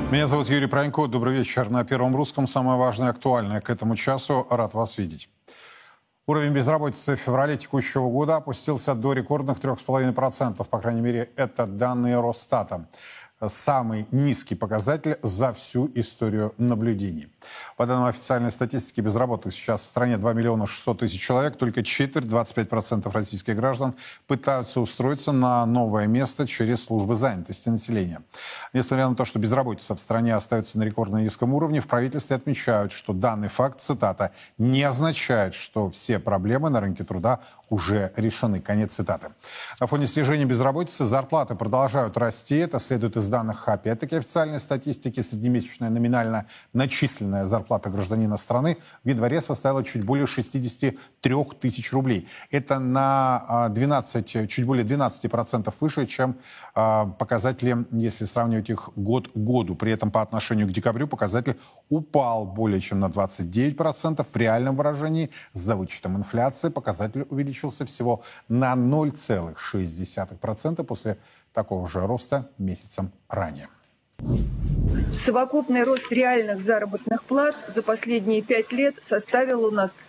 Меня зовут Юрий Пронько. Добрый вечер. На Первом Русском самое важное и актуальное к этому часу. Рад вас видеть. Уровень безработицы в феврале текущего года опустился до рекордных 3,5%. По крайней мере, это данные Росстата. Самый низкий показатель за всю историю наблюдений. По данным официальной статистики, безработных сейчас в стране 2 миллиона 600 тысяч человек. Только четверть, 25% российских граждан пытаются устроиться на новое место через службы занятости населения. Несмотря на то, что безработица в стране остается на рекордно низком уровне, в правительстве отмечают, что данный факт, цитата, не означает, что все проблемы на рынке труда уже решены. Конец цитаты. На фоне снижения безработицы зарплаты продолжают расти. Это следует из данных, опять-таки, официальной статистики. Среднемесячная номинально начисленная зарплата гражданина страны в январе составила чуть более 63 тысяч рублей. Это на чуть более 12% выше, чем показатели, если сравнивать их год к году. При этом по отношению к декабрю показатель упал более чем на 29%. В реальном выражении, за вычетом инфляции, показатель увеличился всего на 0,6% после такого же роста месяцем ранее. Совокупный рост реальных заработных плат за последние 5 лет составил у нас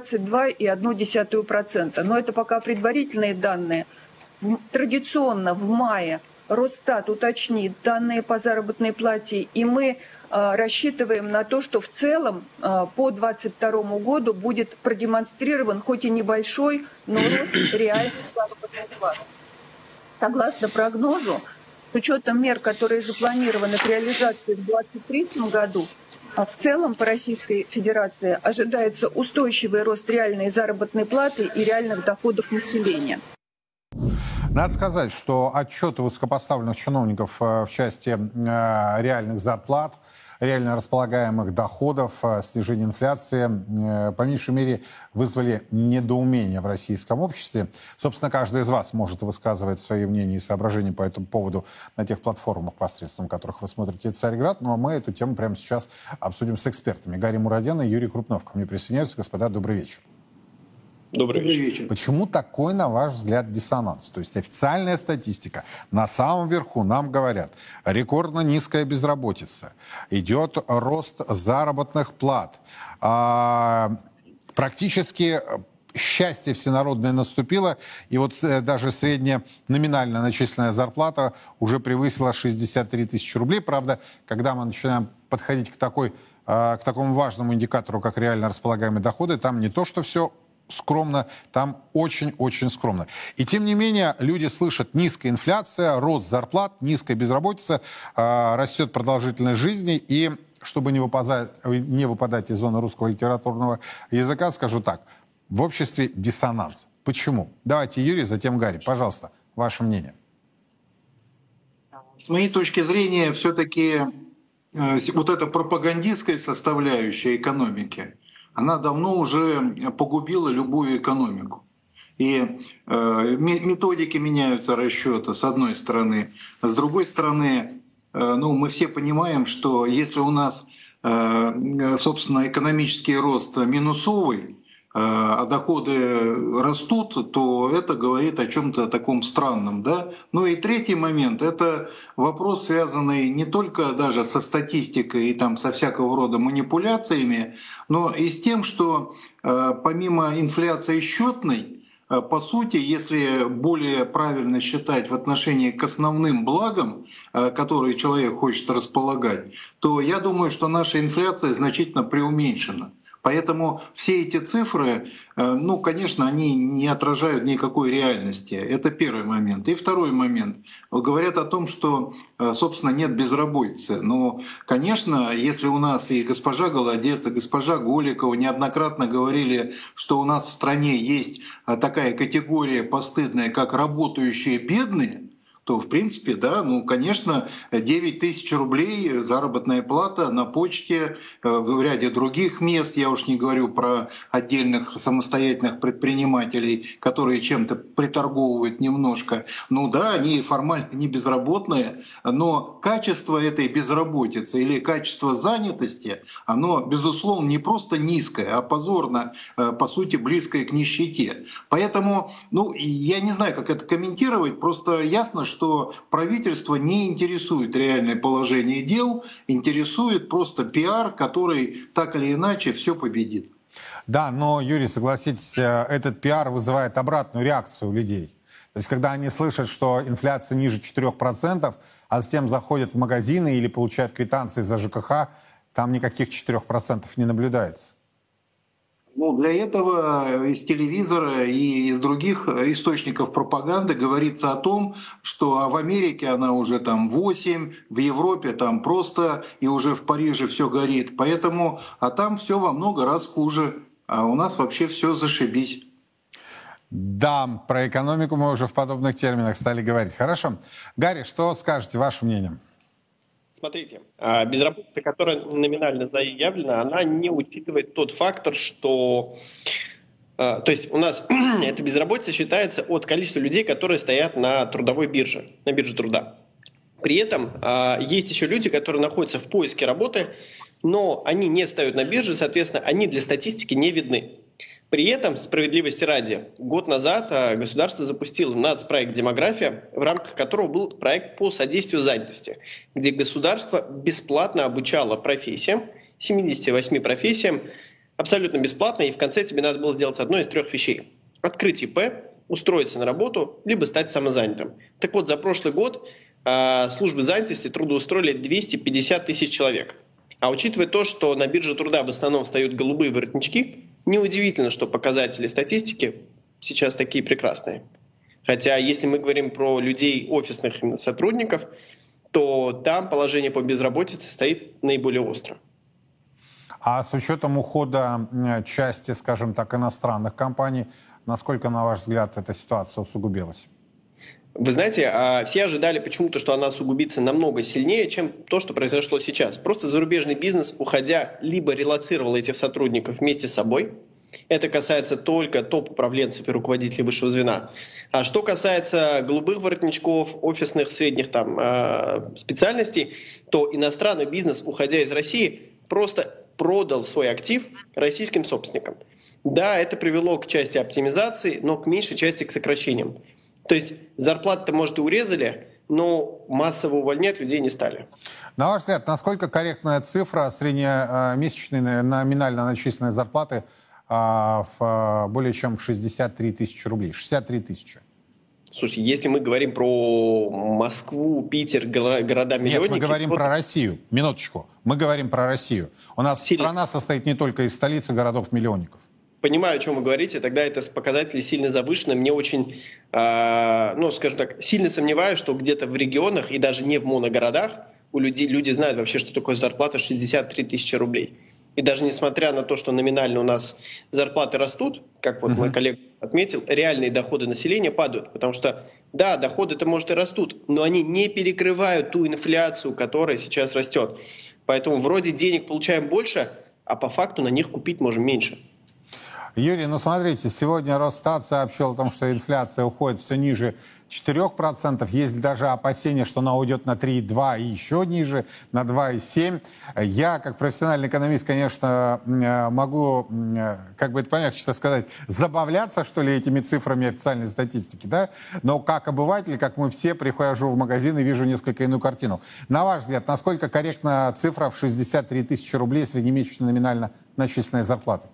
22,1%. Но это пока предварительные данные. Традиционно в мае Росстат уточнит данные по заработной плате, и мы рассчитываем на то, что в целом по 2022 году будет продемонстрирован хоть и небольшой, но рост реальных заработных плат. Согласно прогнозу, с учетом мер, которые запланированы к реализации в 2023 году, в целом по Российской Федерации ожидается устойчивый рост реальной заработной платы и реальных доходов населения. Надо сказать, что отчеты высокопоставленных чиновников в части реальных зарплат, реально располагаемых доходов, снижения инфляции, по меньшей мере, вызвали недоумение в российском обществе. Собственно, каждый из вас может высказывать свои мнения и соображения по этому поводу на тех платформах, посредством которых вы смотрите «Царьград». Ну а мы эту тему прямо сейчас обсудим с экспертами. Гарри Мурадян и Юрий Крупнов ко мне присоединяются. Господа, добрый вечер. Добрый вечер. Почему такой, на ваш взгляд, диссонанс? То есть официальная статистика на самом верху нам говорят, рекордно низкая безработица, идет рост заработных плат, практически счастье всенародное наступило, и вот даже средняя номинальная начисленная зарплата уже превысила 63 тысячи рублей. Правда, когда мы начинаем подходить к такому важному индикатору, как реально располагаемые доходы, там не то, что все скромно, там очень-очень скромно. И тем не менее люди слышат: низкая инфляция, рост зарплат, низкая безработица, растет продолжительность жизни. И чтобы не выпадать из зоны русского литературного языка, скажу так: в обществе диссонанс. Почему? Давайте Юрий, затем Гарри. Пожалуйста, ваше мнение. С моей точки зрения, все-таки вот эта пропагандистская составляющая экономики, она давно уже погубила любую экономику. И методики меняются расчета, с одной стороны. С другой стороны, мы все понимаем, что если у нас, собственно, экономический рост минусовый, а доходы растут, то это говорит о чем-то таком странном. Да? Ну и третий момент — это вопрос, связанный не только даже со статистикой и там, со всякого рода манипуляциями, но и с тем, что помимо инфляции счетной, по сути, если более правильно считать в отношении к основным благам, которые человек хочет располагать, то я думаю, что наша инфляция значительно преуменьшена. Поэтому все эти цифры, конечно, они не отражают никакой реальности. Это первый момент. И второй момент. Говорят о том, что, собственно, нет безработицы. Но, конечно, если у нас и госпожа Голодец, и госпожа Голикова неоднократно говорили, что у нас в стране есть такая категория постыдная, как работающие бедные, то, в принципе, да, конечно, 9 тысяч рублей заработная плата на почте, в ряде других мест, я уж не говорю про отдельных самостоятельных предпринимателей, которые чем-то приторговывают немножко. Они формально не безработные, но качество этой безработицы или качество занятости, оно, безусловно, не просто низкое, а позорно, по сути, близкое к нищете. Поэтому, я не знаю, как это комментировать, просто ясно, что правительство не интересует реальное положение дел, интересует просто пиар, который так или иначе все победит. Да, но, Юрий, согласитесь, этот пиар вызывает обратную реакцию у людей. То есть, когда они слышат, что инфляция ниже 4%, а затем заходят в магазины или получают квитанции за ЖКХ, там никаких 4% не наблюдается. Ну, для этого из телевизора и из других источников пропаганды говорится о том, что в Америке она уже там 8, в Европе там просто, и уже в Париже все горит. Поэтому, а там все во много раз хуже, а у нас вообще все зашибись. Да, про экономику мы уже в подобных терминах стали говорить. Хорошо. Гарри, что скажете, ваше мнение? Смотрите, безработица, которая номинально заявлена, она не учитывает тот фактор, что... То есть у нас эта безработица считается от количества людей, которые стоят на трудовой бирже, на бирже труда. При этом есть еще люди, которые находятся в поиске работы, но они не стоят на бирже, соответственно, они для статистики не видны. При этом, справедливости ради, год назад государство запустило нацпроект «Демография», в рамках которого был проект по содействию занятости, где государство бесплатно обучало профессиям, 78 профессиям, абсолютно бесплатно, и в конце тебе надо было сделать одно из 3 вещей. Открыть ИП, устроиться на работу, либо стать самозанятым. Так вот, за прошлый год службы занятости трудоустроили 250 тысяч человек. А учитывая то, что на бирже труда в основном встают голубые воротнички, неудивительно, что показатели статистики сейчас такие прекрасные. Хотя, если мы говорим про людей, офисных именно сотрудников, то там положение по безработице стоит наиболее остро. А с учетом ухода части, скажем так, иностранных компаний, насколько, на ваш взгляд, эта ситуация усугубилась? Вы знаете, все ожидали почему-то, что она усугубится намного сильнее, чем то, что произошло сейчас. Просто зарубежный бизнес, уходя, либо релоцировал этих сотрудников вместе с собой. Это касается только топ-управленцев и руководителей высшего звена. А что касается голубых воротничков, офисных, средних специальностей, то иностранный бизнес, уходя из России, просто продал свой актив российским собственникам. Да, это привело к части оптимизации, но к меньшей части к сокращениям. То есть зарплаты-то, может, и урезали, но массово увольнять людей не стали. На ваш взгляд, насколько корректная цифра среднемесячной номинально начисленной зарплаты в более чем 63 тысячи рублей? 63 тысячи. Слушай, если мы говорим про Москву, Питер, города-миллионники... Нет, мы говорим про Россию. Минуточку. Мы говорим про Россию. У нас страна состоит не только из столиц и городов-миллионников. Понимаю, о чем вы говорите, тогда это показатели сильно завышены. Мне очень, скажем так, сильно сомневаюсь, что где-то в регионах и даже не в моногородах люди знают вообще, что такое зарплата 63 тысячи рублей. И даже несмотря на то, что номинально у нас зарплаты растут, как вот мой коллега отметил, реальные доходы населения падают. Потому что, да, доходы-то, может, и растут, но они не перекрывают ту инфляцию, которая сейчас растет. Поэтому вроде денег получаем больше, а по факту на них купить можем меньше. Юрий, ну смотрите, сегодня Росстат сообщил о том, что инфляция уходит все ниже 4%. Есть даже опасения, что она уйдет на 3,2 и еще ниже, на 2,7. Я, как профессиональный экономист, конечно, могу, как бы это помягче сказать, забавляться, что ли, этими цифрами официальной статистики, да? Но как обыватель, как мы все, прихожу в магазин и вижу несколько иную картину. На ваш взгляд, насколько корректна цифра в 63 тысячи рублей среднемесячно номинально начисленной зарплаты?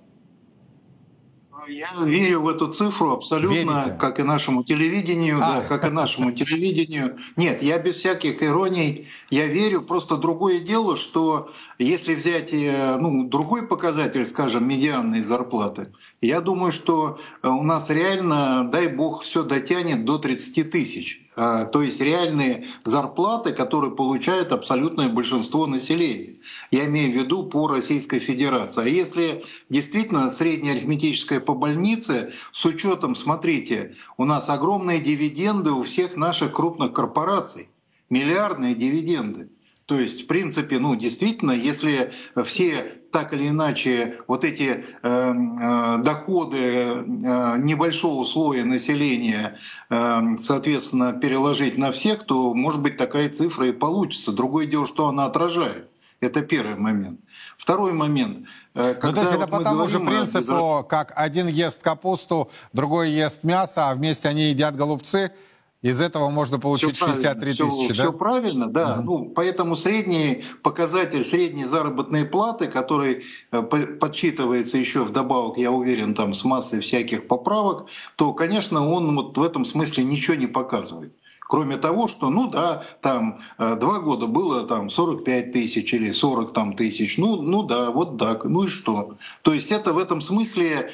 Я верю в эту цифру абсолютно, Верите? как и нашему телевидению, да, как и нашему телевидению. Нет, я без всяких ироний, я верю. Просто другое дело, что если взять другой показатель, скажем, медианной зарплаты, я думаю, что у нас реально, дай бог, все дотянет до 30 тысяч. То есть реальные зарплаты, которые получает абсолютное большинство населения. Я имею в виду по Российской Федерации. А если действительно средняя арифметическая по больнице, с учетом, смотрите, у нас огромные дивиденды у всех наших крупных корпораций, миллиардные дивиденды. То есть, в принципе, действительно, если все так или иначе вот эти доходы небольшого слоя населения, соответственно, переложить на всех, то, может быть, такая цифра и получится. Другое дело, что она отражает. Это первый момент. Второй момент. То есть это по тому же принципу, как один ест капусту, другой ест мясо, а вместе они едят голубцы? Из этого можно получить 63 тысячи, да? Все правильно, да. Ну, поэтому средний показатель средней заработной платы, который подсчитывается еще вдобавок, я уверен, там с массой всяких поправок, то, конечно, он вот в этом смысле ничего не показывает. Кроме того, что, ну да, там 2 года было там 45 тысяч или 40 там, тысяч, ну да, вот так, ну и что? То есть это в этом смысле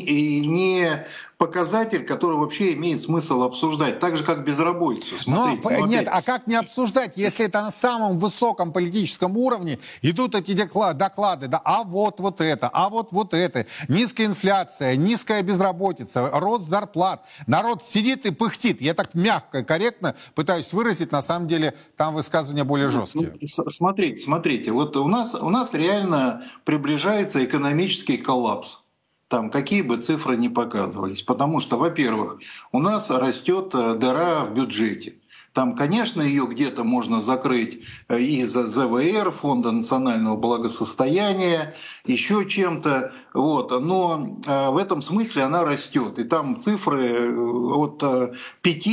не показатель, который вообще имеет смысл обсуждать, так же как безработицу. Смотрите, нет, а как не обсуждать, если это на самом высоком политическом уровне идут эти доклады, да, а вот это, а вот это, низкая инфляция, низкая безработица, рост зарплат, народ сидит и пыхтит. Я так мягко, корректно пытаюсь выразить, на самом деле там высказывания более жесткие. Смотрите, вот у нас реально приближается экономический коллапс. Там какие бы цифры ни показывались. Потому что, во-первых, у нас растет дыра в бюджете. Там, конечно, ее где-то можно закрыть из ЗВР, Фонда национального благосостояния, еще чем-то. Вот. Но в этом смысле она растет. И там цифры от 5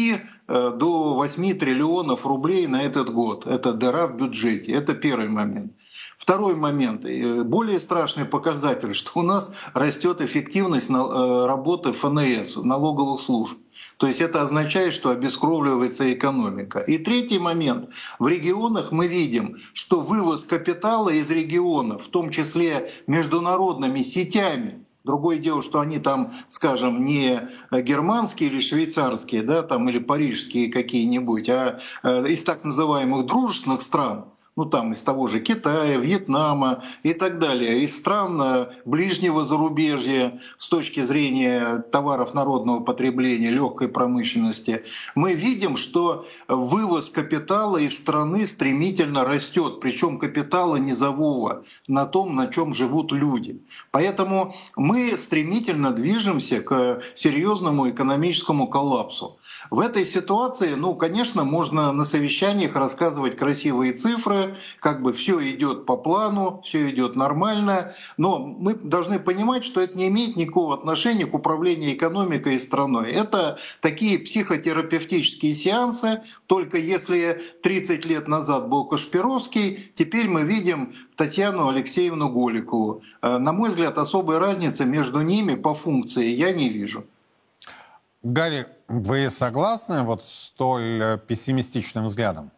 до 8 триллионов рублей на этот год. Это дыра в бюджете. Это первый момент. Второй момент, более страшный показатель, что у нас растет эффективность работы ФНС, налоговых служб. То есть это означает, что обескровливается экономика. И третий момент. В регионах мы видим, что вывоз капитала из регионов, в том числе международными сетями, другое дело, что они там, скажем, не германские или швейцарские, да, там, или парижские какие-нибудь, а из так называемых дружественных стран, ну там из того же Китая, Вьетнама и так далее, из стран ближнего зарубежья с точки зрения товаров народного потребления, легкой промышленности, мы видим, что вывоз капитала из страны стремительно растет, причем капитала низового, на том, на чем живут люди. Поэтому мы стремительно движемся к серьезному экономическому коллапсу. В этой ситуации, ну, конечно, можно на совещаниях рассказывать красивые цифры, как бы все идет по плану, все идет нормально, но мы должны понимать, что это не имеет никакого отношения к управлению экономикой и страной. Это такие психотерапевтические сеансы, только если 30 лет назад был Кашпировский, теперь мы видим Татьяну Алексеевну Голикову. На мой взгляд, особой разницы между ними по функции я не вижу. Гарри, вы согласны вот с столь пессимистичным взглядом?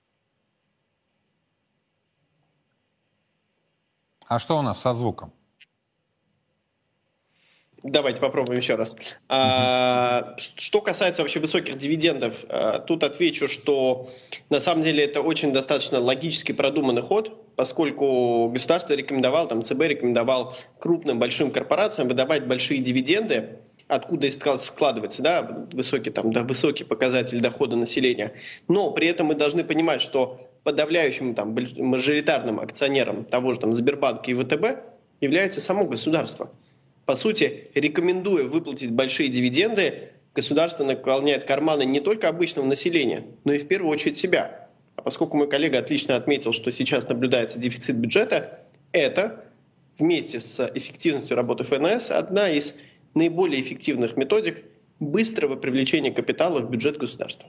А что у нас со звуком? Давайте попробуем еще раз. Что касается вообще высоких дивидендов, тут отвечу, что на самом деле это очень достаточно логически продуманный ход, поскольку государство рекомендовало, там ЦБ рекомендовал крупным большим корпорациям выдавать большие дивиденды, откуда складывается, да, высокий показатель дохода населения. Но при этом мы должны понимать, что подавляющим там, мажоритарным акционером того же там, Сбербанка и ВТБ является само государство. По сути, рекомендуя выплатить большие дивиденды, государство наполняет карманы не только обычного населения, но и в первую очередь себя. А поскольку мой коллега отлично отметил, что сейчас наблюдается дефицит бюджета, это вместе с эффективностью работы ФНС одна из наиболее эффективных методик быстрого привлечения капитала в бюджет государства.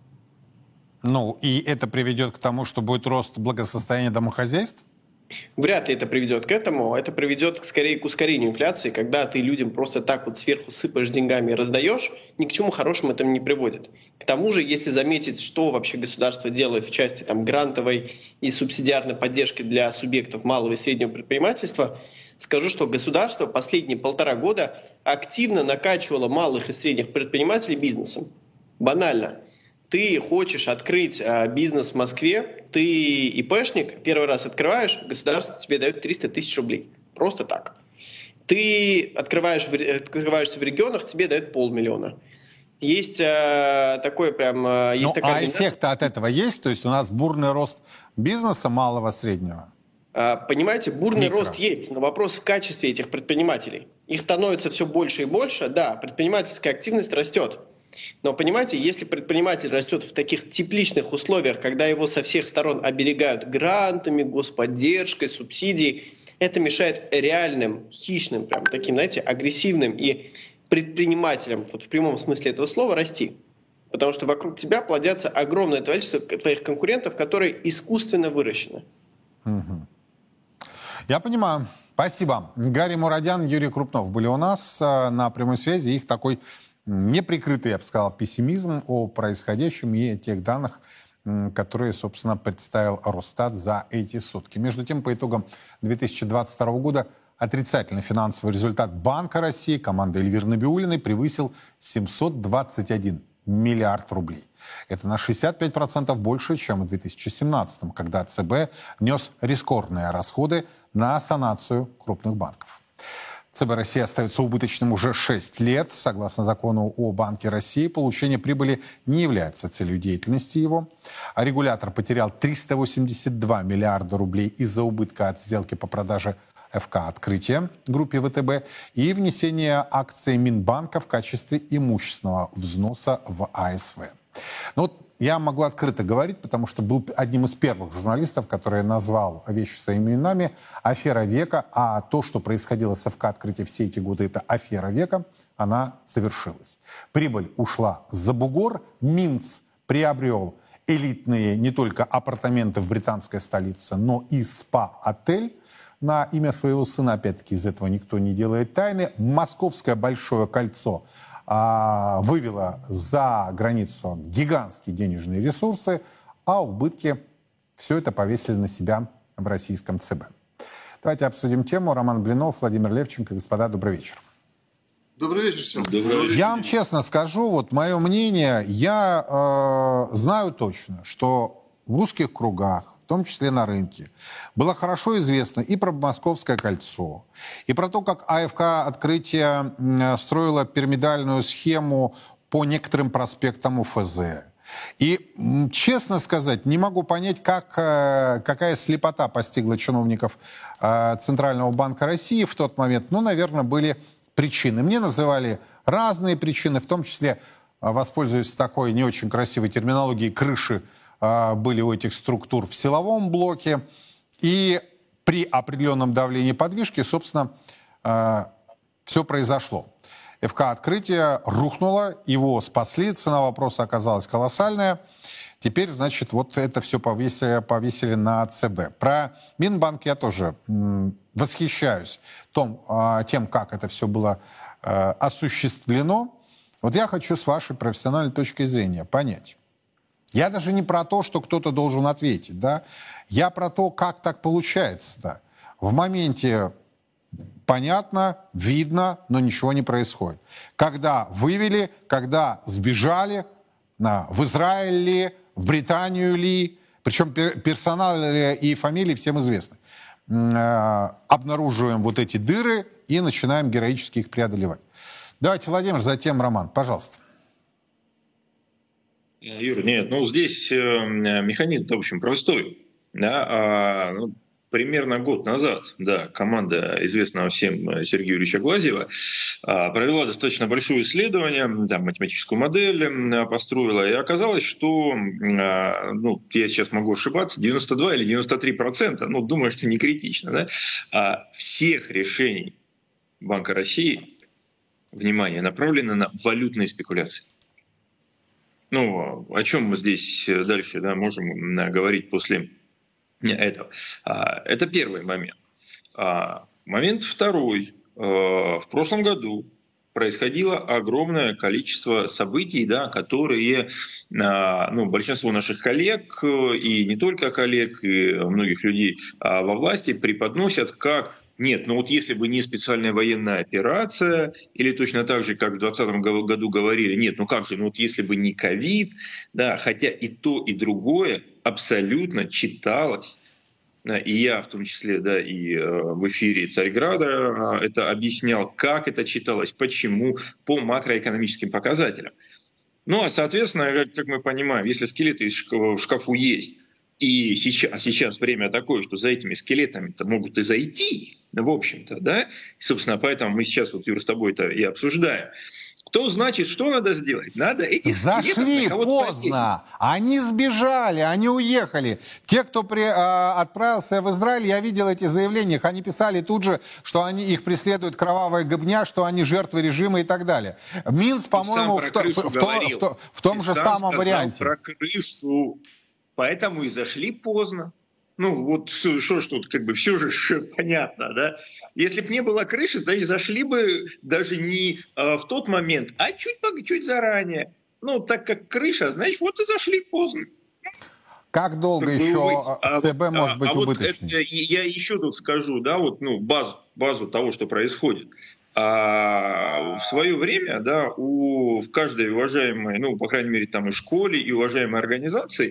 Ну, и это приведет к тому, что будет рост благосостояния домохозяйств? Вряд ли это приведет к этому. Это приведет скорее к ускорению инфляции, когда ты людям просто так вот сверху сыпаешь деньгами и раздаешь, ни к чему хорошему это не приводит. К тому же, если заметить, что вообще государство делает в части там, грантовой и субсидиарной поддержки для субъектов малого и среднего предпринимательства, скажу, что государство последние 1,5 года активно накачивало малых и средних предпринимателей бизнесом. Банально. Ты хочешь открыть бизнес в Москве, ты ИПшник, первый раз открываешь, государство тебе дает 300 тысяч рублей. Просто так. Ты открываешься в регионах, тебе дают 500 000. Есть такое прям... есть такая эффект от этого есть? То есть у нас бурный рост бизнеса малого, среднего? Понимаете, бурный рост есть, но вопрос в качестве этих предпринимателей. Их становится все больше и больше, да, предпринимательская активность растет. Но понимаете, если предприниматель растет в таких тепличных условиях, когда его со всех сторон оберегают грантами, господдержкой, субсидией, это мешает реальным, хищным, прям таким, знаете, агрессивным и предпринимателям, вот в прямом смысле этого слова, расти. потому что вокруг тебя плодятся огромное количество твоих конкурентов, которые искусственно выращены. Я понимаю. Спасибо. Гарри Мурадян, Юрий Крупнов были у нас на прямой связи. Их такой неприкрытый, я бы сказал, пессимизм о происходящем и о тех данных, которые, собственно, представил Росстат за эти сутки. Между тем, по итогам 2022 года отрицательный финансовый результат Банка России команды Эльвиры Набиуллиной превысил 721 миллиард рублей. Это на 65% больше, чем в 2017, когда ЦБ нес рекордные расходы на санацию крупных банков. ЦБ России остается убыточным уже 6 лет. Согласно закону о Банке России, получение прибыли не является целью деятельности его. А регулятор потерял 382 миллиарда рублей из-за убытка от сделки по продаже ФК «Открытие» группе ВТБ и внесения акций Минбанка в качестве имущественного взноса в АСВ. Ну вот я могу открыто говорить, потому что был одним из первых журналистов, который назвал вещи своими именами. Афера века, а то, что происходило с ФК «Открытие» все эти годы, это афера века, она совершилась. Прибыль ушла за бугор, Минц приобрел элитные не только апартаменты в британской столице, но и спа-отель на имя своего сына. Опять-таки, из этого никто не делает тайны. Московское Большое кольцо вывело за границу гигантские денежные ресурсы, а убытки все это повесили на себя в российском ЦБ. Давайте обсудим тему. Роман Блинов, Владимир Левченко. Господа, добрый вечер. Добрый вечер всем. Я вам честно скажу, вот мое мнение, я знаю точно, что в узких кругах, в том числе на рынке, было хорошо известно и про Московское кольцо, и про то, как АФК «Открытие» строила пирамидальную схему по некоторым проспектам УФЗ. И, честно сказать, не могу понять, какая слепота постигла чиновников Центрального банка России в тот момент. Ну, наверное, были причины. Мне называли разные причины, в том числе, воспользуюсь такой не очень красивой терминологией, крыши были у этих структур в силовом блоке. И при определенном давлении подвижки, собственно, все произошло. ФК «Открытие» рухнуло, его спасли, цена вопроса оказалась колоссальная. Теперь, значит, вот это все повесили на ЦБ. Про Минбанк я тоже восхищаюсь тем, как это все было осуществлено. Вот я хочу с вашей профессиональной точки зрения понять. Я даже не про то, что кто-то должен ответить, да? Я про то, как так получается-то. В моменте понятно, видно, но ничего не происходит. Когда вывели, когда сбежали, в Израиль ли, в Британию ли, причем персонал и фамилии всем известны. Обнаруживаем вот эти дыры и начинаем героически их преодолевать. Давайте, Владимир, затем Роман, пожалуйста. Юр, нет, ну здесь механизм-то, в общем, простой. Да, примерно год назад, да, команда известного всем Сергея Юрьевича Глазьева провела достаточно большое исследование, там, математическую модель построила, и оказалось, что, ну, я сейчас могу ошибаться, 92 или 93%, ну, думаю, что не критично, да, всех решений Банка России, внимание, направлено на валютные спекуляции. Ну, о чем мы здесь дальше, да, можем говорить после этого? Это первый момент. Момент второй. В прошлом году происходило огромное количество событий, да, которые, ну, большинство наших коллег, и не только коллег, и многих людей во власти преподносят как: нет, ну вот если бы не специальная военная операция, или точно так же, как в 2020 году говорили, нет, ну как же, ну вот если бы не ковид, да, хотя и то, и другое абсолютно читалось, да, и я в том числе, да, и в эфире Царьграда это объяснял, как это читалось, почему, по макроэкономическим показателям. Ну а соответственно, как мы понимаем, если скелеты в шкафу есть, и сейчас время такое, что за этими скелетами-то могут и зайти, в общем-то, да, и, собственно, поэтому мы сейчас вот, Юр, с тобой-то и обсуждаем. то значит, что надо сделать? Надо этих скелетов Зашли на кого-то поздно. Они сбежали, они уехали. Те, кто отправился в Израиль, я видел эти заявления. Они писали тут же, что их преследует кровавая гобня, что они жертвы режима и так далее. Минск, по-моему, в том же самом варианте. Про крышу. Поэтому и зашли поздно. Ну, вот что ж тут, как бы, все же понятно, да? Если бы не было крыши, значит, зашли бы даже не в тот момент, а чуть заранее. Ну, так как крыша, значит, вот и зашли поздно. Как долго еще ЦБ может быть убыточной? Вот я еще тут скажу, да, вот, ну, базу того, что происходит. В свое время, да, в каждой уважаемой, ну, по крайней мере, там и школе, и уважаемой организации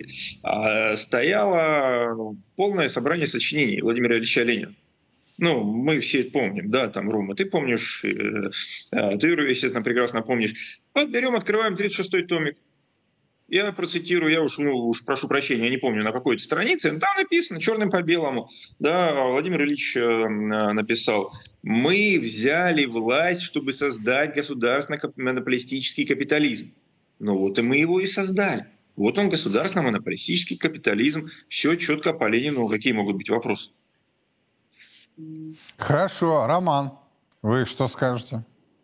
стояло полное собрание сочинений Владимира Ильича Ленина. Ну, мы все это помним, да, там, Рома, ты помнишь, ты, Юра, естественно, прекрасно помнишь. Вот берем, открываем 36-й томик. Я процитирую, я уж прошу прощения, я не помню на какой-то странице, но там написано черным по белому, да, Владимир Ильич написал: «Мы взяли власть, чтобы создать государственно-монополистический капитализм». Ну вот и мы его и создали. Вот он, государственно-монополистический капитализм. Все четко по Ленину. Какие могут быть вопросы? Хорошо. Роман, вы что скажете?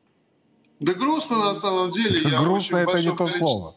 Да грустно на самом деле. Грустно — это не то слово.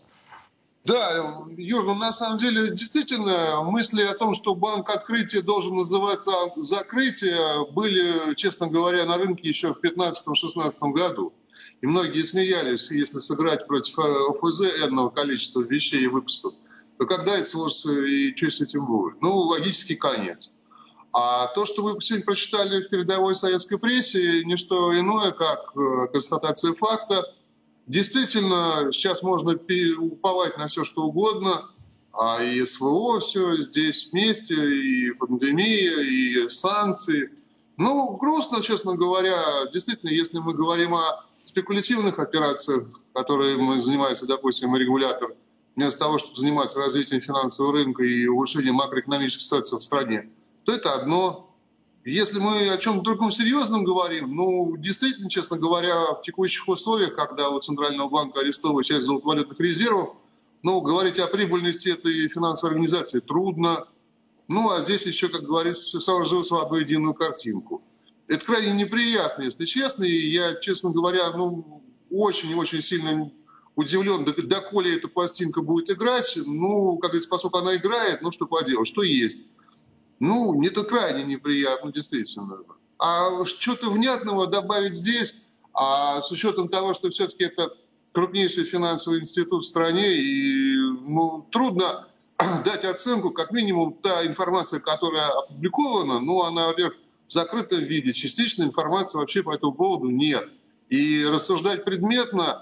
Да, Юр, ну на самом деле действительно мысли о том, что банк открытия должен называться закрытие, были, честно говоря, на рынке еще в 2015-2016 году. И многие смеялись, если сыграть против ОФЗ энного количества вещей и выпусков, то когда это сложится и что с этим будет? Ну, логический конец. А то, что вы сегодня прочитали в передовой советской прессе, не что иное, как констатация факта. Действительно, сейчас можно уповать на все, что угодно, а и СВО все здесь вместе, и пандемия, и санкции. Ну, грустно, честно говоря. Действительно, если мы говорим о спекулятивных операциях, которыми занимается, допустим, регулятор, вместо того, чтобы заниматься развитием финансового рынка и улучшением макроэкономической ситуации в стране, то это одно. Если мы о чем-то другом серьезном говорим, ну, действительно, честно говоря, в текущих условиях, когда у Центрального банка арестовывают часть золотовалютных резервов, ну, говорить о прибыльности этой финансовой организации трудно. Ну, а здесь еще, как говорится, все сложилось в одну единую картинку. Это крайне неприятно, если честно. И я, честно говоря, ну, очень и очень сильно удивлен, доколе эта пластинка будет играть. Ну, как говорится, поскольку она играет, ну, что поделать, что есть. Ну, это крайне неприятно, действительно. А что-то внятного добавить здесь, а с учетом того, что все-таки это крупнейший финансовый институт в стране, и ну, трудно дать оценку, как минимум та информация, которая опубликована, ну, она, во-первых, в закрытом виде, частичной информации вообще по этому поводу нет. И рассуждать предметно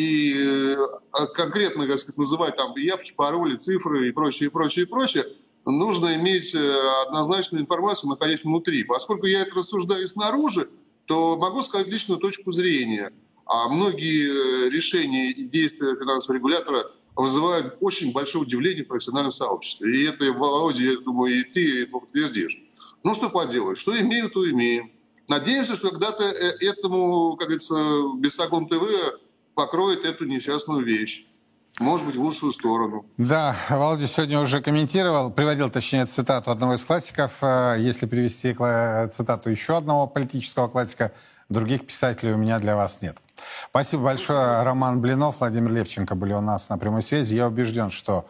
и конкретно, так сказать, называть там явки, пароли, цифры и прочее, прочее, прочее, нужно иметь однозначную информацию, находясь внутри. Поскольку я это рассуждаю снаружи, то могу сказать личную точку зрения. А многие решения и действия финансового регулятора вызывают очень большое удивление в профессиональном сообществе. И это, Володя, я думаю, и ты это подтвердишь. Ну, что поделать? Что имеем, то имеем. Надеемся, что когда-то этому, как говорится, Бесогон ТВ покроет эту несчастную вещь. Может быть, в лучшую сторону. Да, Володя сегодня уже комментировал, приводил, точнее, цитату одного из классиков. Если привести цитату еще одного политического классика, других писателей у меня для вас нет. Спасибо большое. Роман Блинов, Владимир Левченко были у нас на прямой связи. Я убежден, что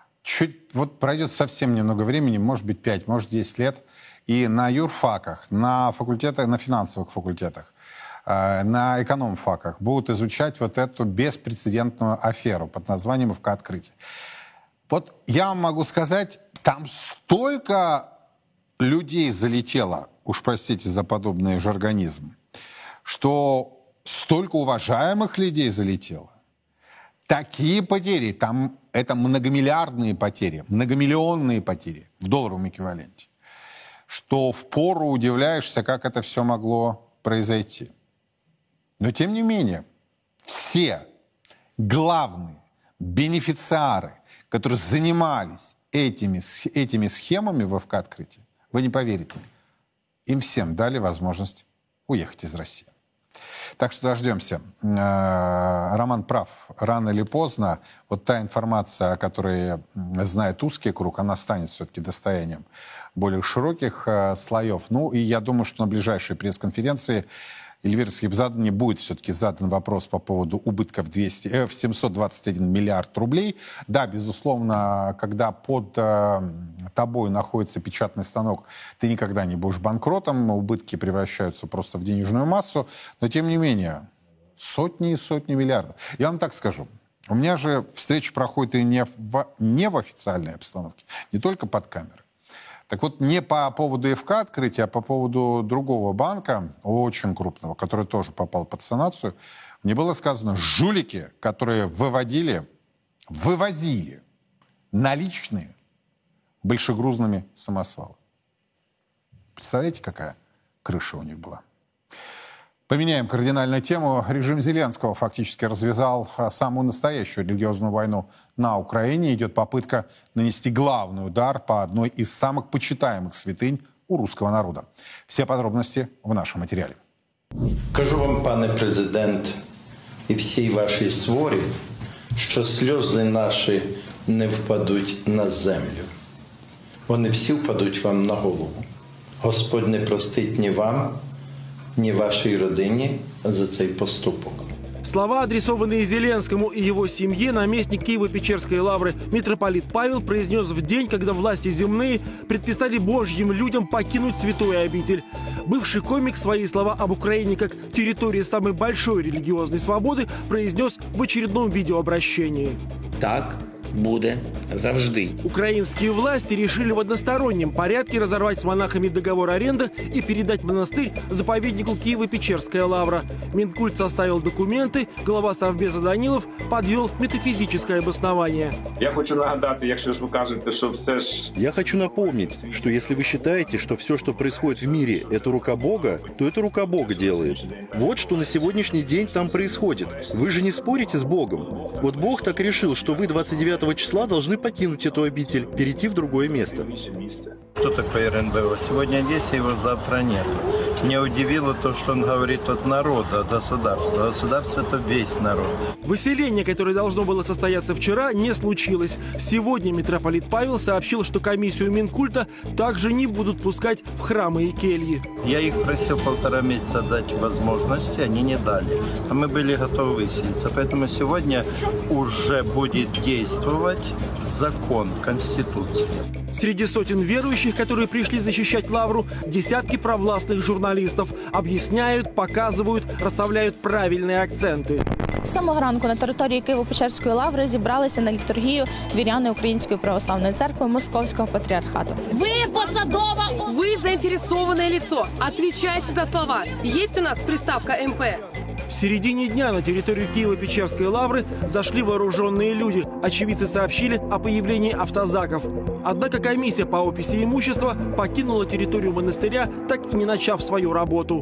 вот пройдет совсем немного времени, может быть 5, может 10 лет, и на юрфаках, на факультетах, на финансовых факультетах, на экономфаках будут изучать вот эту беспрецедентную аферу под названием ФК «Открытие». Вот я вам могу сказать, там столько людей залетело, уж простите за подобный жаргонизм, что столько уважаемых людей залетело. Такие потери, там это многомиллиардные потери, многомиллионные потери в долларовом эквиваленте, что впору удивляешься, как это все могло произойти. Но, тем не менее, все главные бенефициары, которые занимались этими схемами в ФК «Открытие», вы не поверите, им всем дали возможность уехать из России. Так что дождемся. Роман прав. Рано или поздно вот та информация, о которой знает узкий круг, она станет все-таки достоянием более широких слоев. Ну и я думаю, что на ближайшей пресс-конференции Эльвиры Схибзадзе будет все-таки задан вопрос по поводу убытков в 721 миллиард рублей. Да, безусловно, когда под тобой находится печатный станок, ты никогда не будешь банкротом, убытки превращаются просто в денежную массу. Но, тем не менее, сотни и сотни миллиардов. Я вам так скажу. У меня же встреча проходит и не в официальной обстановке, не только под камерой. Так вот, не по поводу ФК открытия, а по поводу другого банка, очень крупного, который тоже попал под санацию, мне было сказано, жулики, которые вывозили наличные большегрузными самосвалами. Представляете, какая крыша у них была? Поменяем кардинальную тему. Режим Зеленского фактически развязал самую настоящую религиозную войну на Украине. Идет попытка нанести главный удар по одной из самых почитаемых святынь у русского народа. Все подробности в нашем материале. Кажу вам, пане президент, і всій вашій сворі, що сльози наші не впадуть на землю. Вони всі впадуть вам на голову. Господь не простить ні вам, ни вашей родине за цей поступок. Слова, адресованные Зеленскому и его семье, наместник Киево-Печерской лавры митрополит Павел произнес в день, когда власти земные предписали Божьим людям покинуть святую обитель. Бывший комик свои слова об Украине как территории самой большой религиозной свободы произнес в очередном видеообращении. Так буде завжди. Украинские власти решили в одностороннем порядке разорвать с монахами договор аренды и передать монастырь заповеднику Киево-Печерская лавра. Минкульт составил документы, глава Совбеза Данилов подвел метафизическое обоснование. Я хочу нагадати, якщо ж ви кажете, що все ж... Я хочу напомнить, что если вы считаете, что все, что происходит в мире, это рука Бога, то это рука Бога делает. Вот что на сегодняшний день там происходит. Вы же не спорите с Богом. Вот Бог так решил, что вы 29 числа должны покинуть эту обитель, перейти в другое место. Кто такой РНБО? Сегодня здесь, его завтра нет. Меня удивило то, что он говорит от народа, от государства. Государство – это весь народ. Выселение, которое должно было состояться вчера, не случилось. Сегодня митрополит Павел сообщил, что комиссию Минкульта также не будут пускать в храмы и кельи. Я их просил 1,5 месяца дать возможности, они не дали. А мы были готовы выселиться. Поэтому сегодня уже будет действовать закон, Конституция. Среди сотен верующих, которые пришли защищать лавру, десятки провластных журналистов объясняют, показывают, расставляют правильные акценты. З самого ранку на території Києво-Печерської лаври зібралися на літургію віряни Української православної церкви Московського патріархату. Вы посадова, вы заинтересованное лицо. Отвечайте за слова. Есть у нас приставка МП? В середине дня на территорию Киево-Печерской лавры зашли вооруженные люди. Очевидцы сообщили о появлении автозаков. Однако комиссия по описи имущества покинула территорию монастыря, так и не начав свою работу.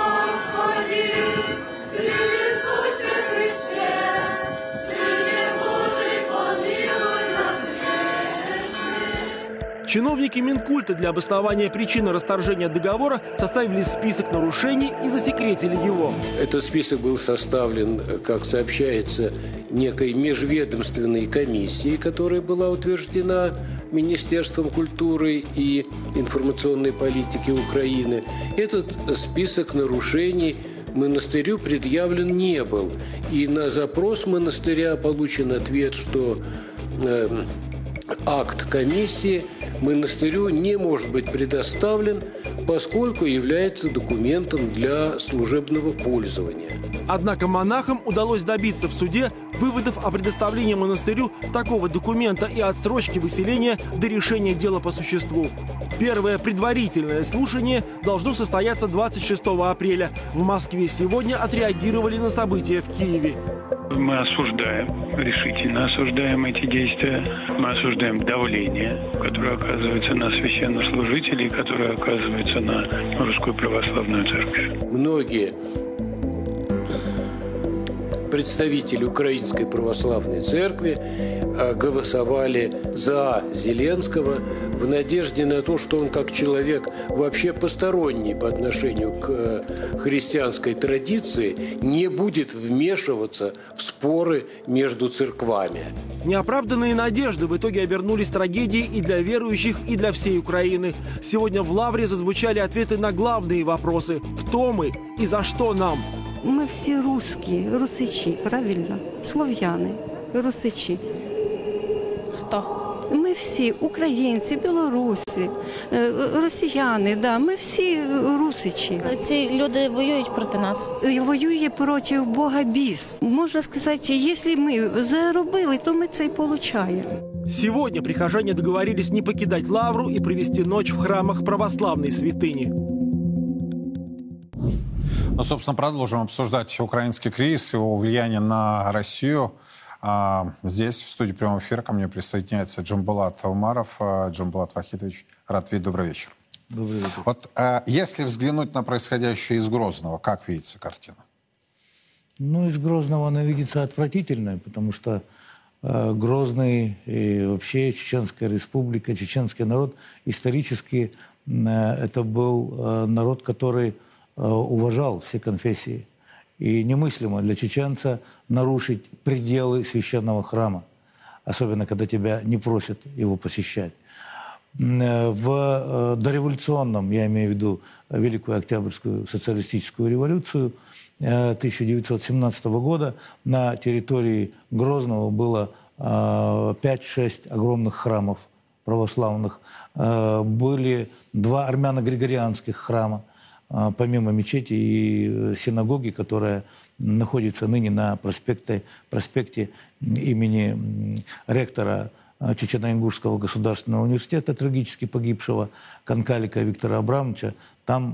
Чиновники Минкульта для обоснования причины расторжения договора составили список нарушений и засекретили его. Этот список был составлен, как сообщается, некой межведомственной комиссией, которая была утверждена Министерством культуры и информационной политики Украины. Этот список нарушений монастырю предъявлен не был. И на запрос монастыря получен ответ, что акт комиссии монастырю не может быть предоставлен, поскольку является документом для служебного пользования. Однако монахам удалось добиться в суде выводов о предоставлении монастырю такого документа и отсрочки выселения до решения дела по существу. Первое предварительное слушание должно состояться 26 апреля. В Москве сегодня отреагировали на события в Киеве. Мы осуждаем, решительно осуждаем эти действия. Мы осуждаем давление, которое оказывается на священнослужителей, которое оказывается на Русскую Православную Церковь. Многие представители Украинской Православной Церкви голосовали за Зеленского в надежде на то, что он как человек вообще посторонний по отношению к христианской традиции не будет вмешиваться в споры между церквами. Неоправданные надежды в итоге обернулись трагедией и для верующих, и для всей Украины. Сегодня в Лавре зазвучали ответы на главные вопросы. Кто мы и за что нам? Мы все русские, русичи, правильно? Слов'яни, русичи. Хто? Ми всі українці, білоруси, росіяни, да, ми всі русичі. Ці люди воюють проти нас. Воює проти Бога біс. Можна сказати, якщо ми заробили, то ми це й получаємо. Сегодня прихожане договорились не покидать Лавру и провести ночь в храмах православной святыни. Ну, собственно, продолжим обсуждать украинский кризис, его влияние на Россию. Здесь, в студии прямого эфира, ко мне присоединяется Джамбулат Умаров. Джамбулат Вахитович, рад видеть. Добрый вечер. Добрый вечер. Вот если взглянуть на происходящее из Грозного, как видится картина? Ну, из Грозного она видится отвратительной, потому что Грозный и вообще Чеченская республика, чеченский народ, исторически это был народ, который уважал все конфессии. И немыслимо для чеченца нарушить пределы священного храма, особенно когда тебя не просят его посещать. В дореволюционном, я имею в виду Великую Октябрьскую социалистическую революцию 1917 года, на территории Грозного было 5-6 огромных храмов православных. Были 2 армяно-григорианских храма, помимо мечети и синагоги, которая находится ныне на проспекте имени ректора Чечено-Ингушского государственного университета, трагически погибшего Канкалика Виктора Абрамовича. Там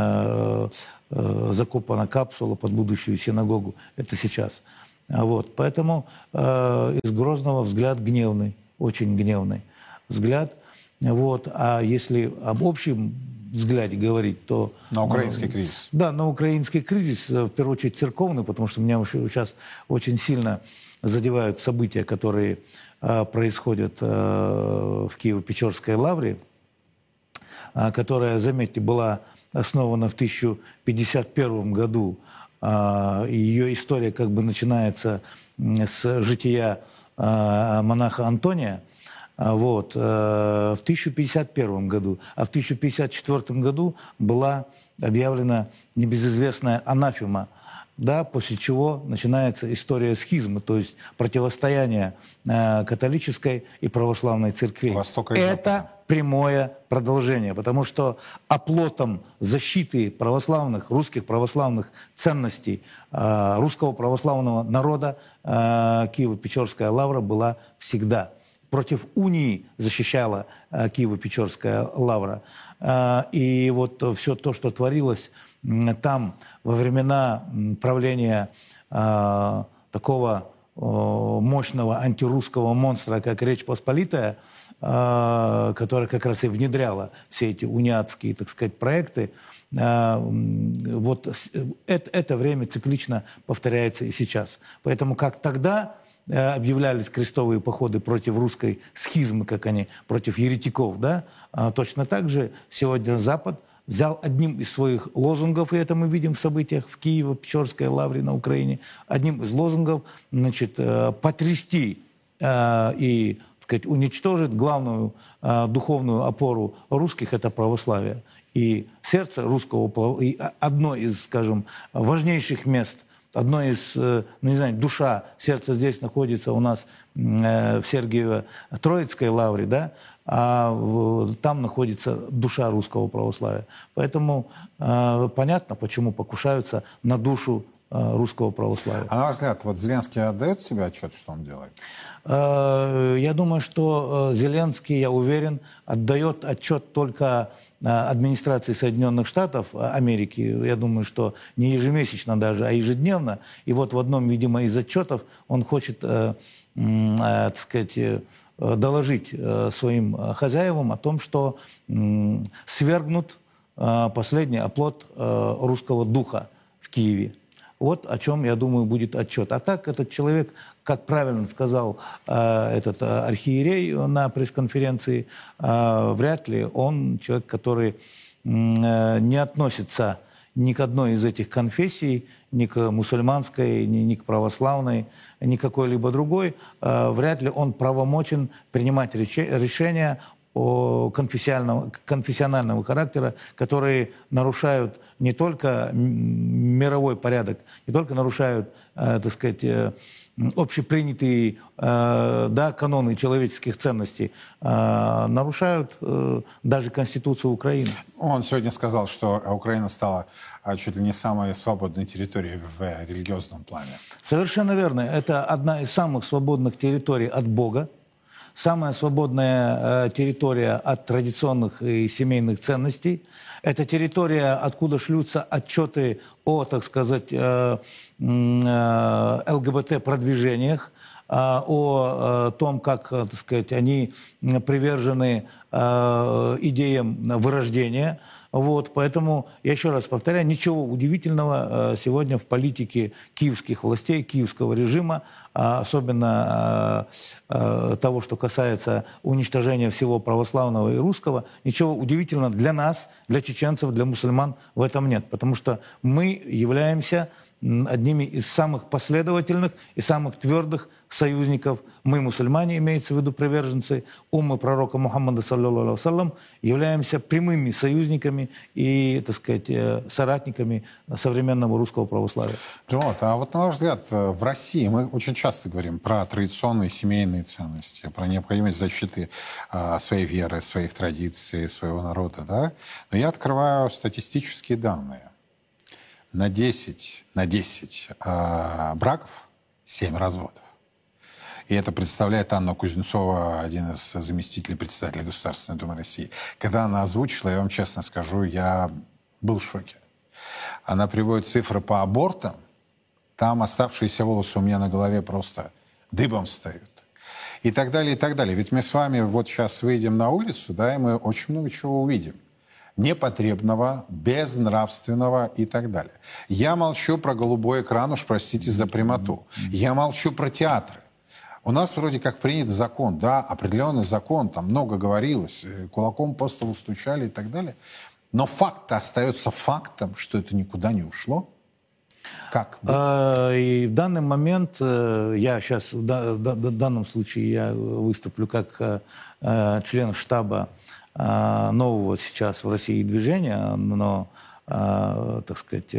закопана капсула под будущую синагогу. Это сейчас. Вот. Поэтому из Грозного взгляд гневный, очень гневный взгляд. Вот. А если об общем взгляде говорить, то... На украинский кризис. Да, на украинский кризис, в первую очередь церковный, потому что меня сейчас очень сильно задевают события, которые происходят в Киево-Печерской лавре, которая, заметьте, была основана в 1051 году. Ее история как бы начинается с жития монаха Антония, вот, в 1051 году. А в 1054 году была объявлена небезызвестная анафема, да, после чего начинается история схизмы, то есть противостояние католической и православной церкви. Это прямое продолжение, потому что оплотом защиты православных, русских православных ценностей русского православного народа Киево-Печерская лавра была всегда. Против унии защищала Киево-Печерская лавра. И вот все то, что творилось там во времена правления такого мощного антирусского монстра, как Речь Посполитая, которая как раз и внедряла все эти униатские, так сказать, проекты, вот это время циклично повторяется и сейчас. Поэтому как тогда объявлялись крестовые походы против русской схизмы, как они, против еретиков, да? Точно так же сегодня Запад взял одним из своих лозунгов, и это мы видим в событиях в Киево-Печерской лавре на Украине, одним из лозунгов, значит, потрясти и, так сказать, уничтожить главную духовную опору русских – это православие. И сердце русского, и одно из, скажем, важнейших мест – одно из, ну не знаю, душа, сердце здесь находится у нас в Сергиево-Троицкой лавре, да, а там находится душа русского православия. Поэтому понятно, почему покушаются на душу русского православия. А на ваш взгляд, вот Зеленский отдает себе отчет, что он делает? Я думаю, что Зеленский, я уверен, отдает отчет только администрации Соединенных Штатов Америки. Я думаю, что не ежемесячно даже, а ежедневно. И вот в одном, видимо, из отчетов он хочет, так сказать, доложить своим хозяевам о том, что свергнут последний оплот русского духа в Киеве. Вот о чем, я думаю, будет отчет. А так этот человек, как правильно сказал этот архиерей на пресс-конференции, вряд ли он человек, который не относится ни к одной из этих конфессий, ни к мусульманской, ни к православной, ни какой-либо другой. Вряд ли он правомочен принимать решения конфессионального характера, которые нарушают не только мировой порядок, не только нарушают, так сказать, общепринятые каноны человеческих ценностей, нарушают даже Конституцию Украины. Он сегодня сказал, что Украина стала чуть ли не самой свободной территорией в религиозном плане. Совершенно верно. Это одна из самых свободных территорий от Бога, самая свободная территория от традиционных и семейных ценностей. Это территория, откуда шлются отчеты о, так сказать, ЛГБТ-продвижениях, о том, как, так сказать, они привержены идеям вырождения. Вот, поэтому, я еще раз повторяю, ничего удивительного сегодня в политике киевских властей, киевского режима, особенно того, что касается уничтожения всего православного и русского, ничего удивительного для нас, для чеченцев, для мусульман в этом нет. Потому что мы являемся одними из самых последовательных и самых твердых союзников. Мы, мусульмане, имеется в виду приверженцы уммы пророка Мухаммада, саллаллаху алейхи вассалям, являемся прямыми союзниками и, так сказать, соратниками современного русского православия. Джамат, а вот на ваш взгляд, в России мы очень часто говорим про традиционные семейные ценности, про необходимость защиты своей веры, своих традиций, своего народа, да? Но я открываю статистические данные. На 10 браков 7 разводов. И это представляет Анна Кузнецова, один из заместителей председателя Государственной Думы России. Когда она озвучила, я вам честно скажу, я был в шоке. Она приводит цифры по абортам, там оставшиеся волосы у меня на голове просто дыбом встают. И так далее, и так далее. Ведь мы с вами вот сейчас выйдем на улицу, да, и мы очень много чего увидим. Непотребного, безнравственного и так далее. Я молчу про голубой экран, уж простите за прямоту. Я молчу про театры. У нас вроде как принят закон, да, определенный закон, там много говорилось, кулаком по столу стучали и так далее. Но факт остается фактом, что это никуда не ушло. Как? И в данный момент, я сейчас, в данном случае я выступлю как член штаба нового сейчас в России движения, но, так сказать,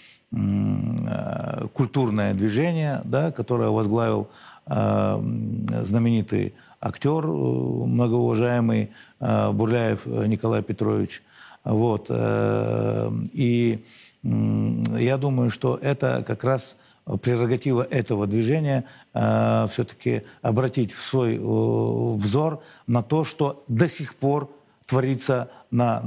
культурное движение, да, которое возглавил знаменитый актер, многоуважаемый Бурляев Николай Петрович. Вот. И я думаю, что это как раз прерогатива этого движения все-таки обратить в свой взор на то, что до сих пор творится на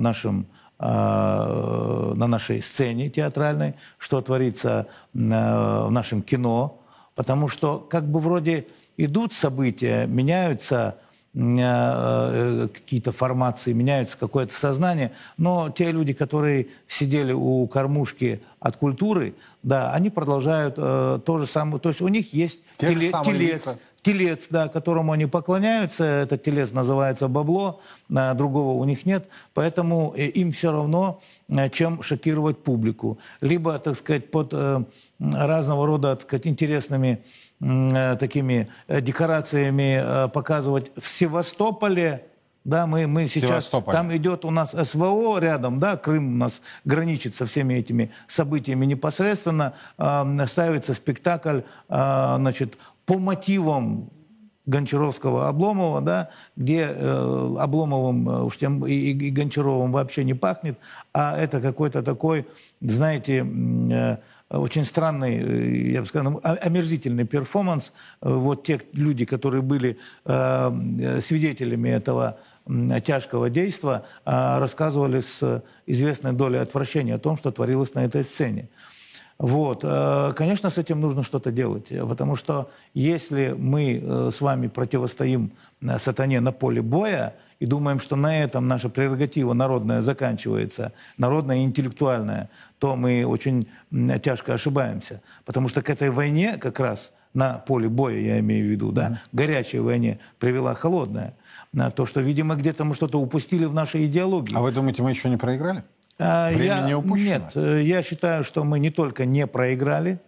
нашей сцене театральной, что творится в нашем кино, потому что как бы вроде идут события, меняются какие-то формации, меняется какое-то сознание, но те люди, которые сидели у кормушки от культуры, да, они продолжают то же самое, то есть у них есть телец, да, которому они поклоняются, этот телец называется бабло, другого у них нет, поэтому им все равно, чем шокировать публику. Либо, так сказать, под разного рода, так сказать, интересными такими декорациями показывать в Севастополе. Да, мы сейчас, там идет у нас СВО рядом, да, Крым у нас граничит со всеми этими событиями непосредственно, ставится спектакль, значит, по мотивам Гончаровского, Обломова, да, где Обломовым уж тем и Гончаровым вообще не пахнет, а это какой-то такой, знаете, очень странный, я бы сказал, омерзительный перформанс. Вот те люди, которые были свидетелями этого тяжкого действа, рассказывали с известной долей отвращения о том, что творилось на этой сцене. Вот. Конечно, с этим нужно что-то делать, потому что если мы с вами противостоим сатане на поле боя и думаем, что на этом наша прерогатива народная заканчивается, народная и интеллектуальная, то мы очень тяжко ошибаемся. Потому что к этой войне как раз на поле боя, я имею в виду, да, горячей войне привела холодная. То, что, видимо, где-то мы что-то упустили в нашей идеологии. А вы думаете, мы еще не проиграли? Время не упущено? Нет, я считаю, что мы не только не проиграли,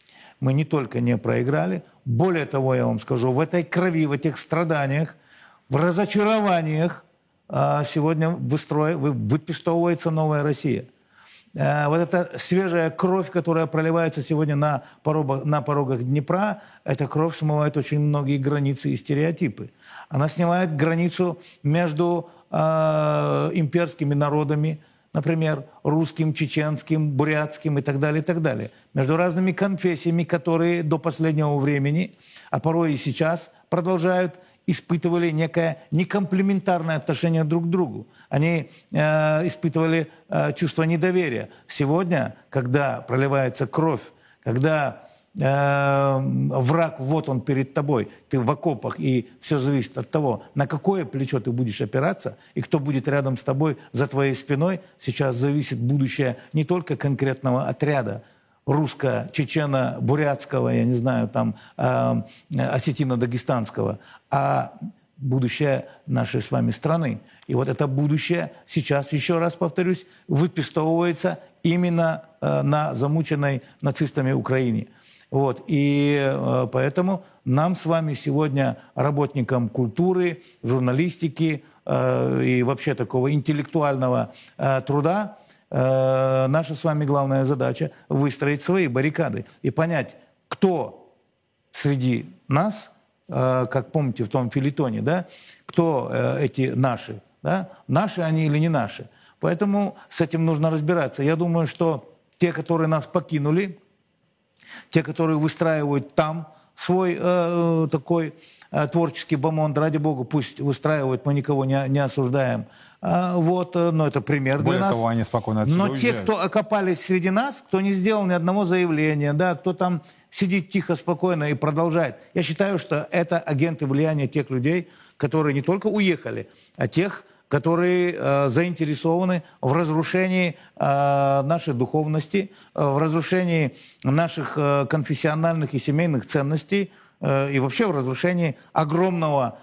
более того, я вам скажу, в этой крови, в этих страданиях, в разочарованиях сегодня выпистовывается новая Россия. Вот эта свежая кровь, которая проливается сегодня на порогах Днепра, эта кровь смывает очень многие границы и стереотипы. Она снимает границу между имперскими народами, например, русским, чеченским, бурятским и так далее, между разными конфессиями, которые до последнего времени, а порой и сейчас продолжают, испытывали некое некомплементарное отношение друг к другу. Они испытывали чувство недоверия. Сегодня, когда проливается кровь, когда враг, вот он перед тобой, ты в окопах, и все зависит от того, на какое плечо ты будешь опираться, и кто будет рядом с тобой, за твоей спиной, сейчас зависит будущее не только конкретного отряда, русско-чечено-бурятского, я не знаю, там, осетино-дагестанского, а будущее нашей с вами страны. И вот это будущее сейчас, еще раз повторюсь, выпистовывается именно на замученной нацистами Украине. Вот. И поэтому нам с вами сегодня, работникам культуры, журналистики и вообще такого интеллектуального труда, наша с вами главная задача – выстроить свои баррикады и понять, кто среди нас, как помните в том фельетоне, да, кто эти наши, да, наши они или не наши. Поэтому с этим нужно разбираться. Я думаю, что те, которые нас покинули, те, которые выстраивают там свой такой творческий бомонд, ради бога, пусть выстраивают, мы никого не осуждаем. Вот, но это пример для нас. Более того, они спокойно отсюда Но те, кто окопались среди нас, кто не сделал ни одного заявления, да, кто там сидит тихо, спокойно и продолжает. Я считаю, что это агенты влияния тех людей, которые не только уехали, а тех, которые заинтересованы в разрушении нашей духовности, в разрушении наших конфессиональных и семейных ценностей и вообще в разрушении огромного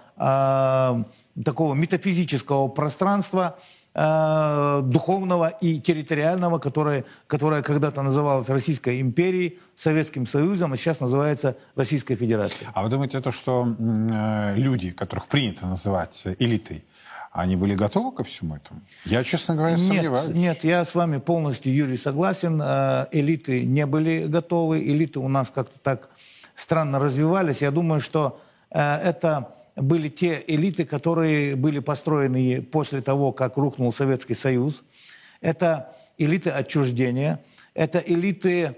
такого метафизического пространства, духовного и территориального, которое когда-то называлось Российской империей, Советским Союзом, а сейчас называется Российской Федерацией. А вы думаете, то, что люди, которых принято называть элитой, они были готовы ко всему этому? Я, честно говоря, сомневаюсь. Нет, я с вами полностью, Юрий, согласен. Элиты не были готовы. Элиты у нас как-то так странно развивались. Я думаю, что это были те элиты, которые были построены после того, как рухнул Советский Союз. Это элиты отчуждения. Это элиты,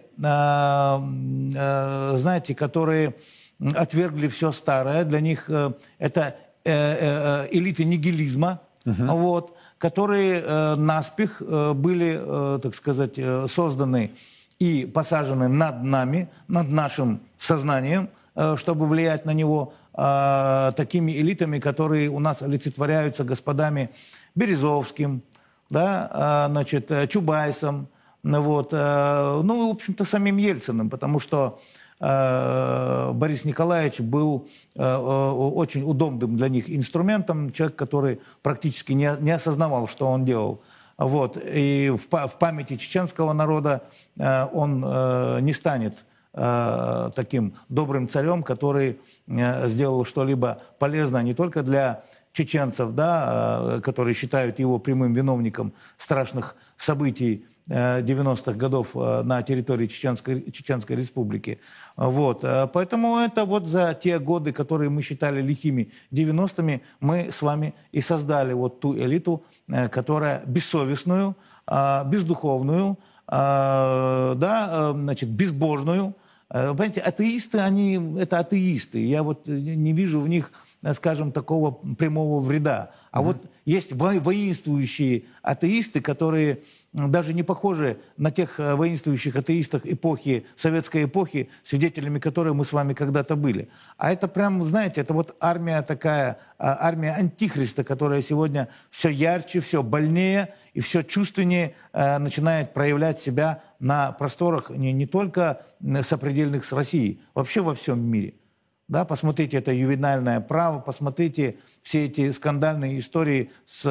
знаете, которые отвергли все старое. Для них это элиты нигилизма, вот, которые наспех были, так сказать, созданы и посажены над нами, над нашим сознанием, чтобы влиять на него, такими элитами, которые у нас олицетворяются господами Березовским, да, значит, Чубайсом, вот, ну, в общем-то, самим Ельциным, потому что Борис Николаевич был очень удобным для них инструментом, человек, который практически не осознавал, что он делал. Вот. И в памяти чеченского народа он не станет таким добрым царем, который сделал что-либо полезное не только для чеченцев, да, которые считают его прямым виновником страшных событий 90-х годов на территории Чеченской Республики. Вот. Поэтому это вот за те годы, которые мы считали лихими 90-ми, мы с вами и создали вот ту элиту, которая бессовестную, бездуховную, да, значит, безбожную. Понимаете, атеисты, это атеисты. Я вот не вижу в них, скажем, такого прямого вреда. А вот есть воинствующие атеисты, которые даже не похожи на тех воинствующих атеистов эпохи, советской эпохи, свидетелями которой мы с вами когда-то были. А это прям, знаете, это вот армия такая, армия антихриста, которая сегодня все ярче, все больнее и все чувственнее начинает проявлять себя на просторах не только сопредельных с Россией, вообще во всем мире. Да, посмотрите, это ювенальное право, посмотрите все эти скандальные истории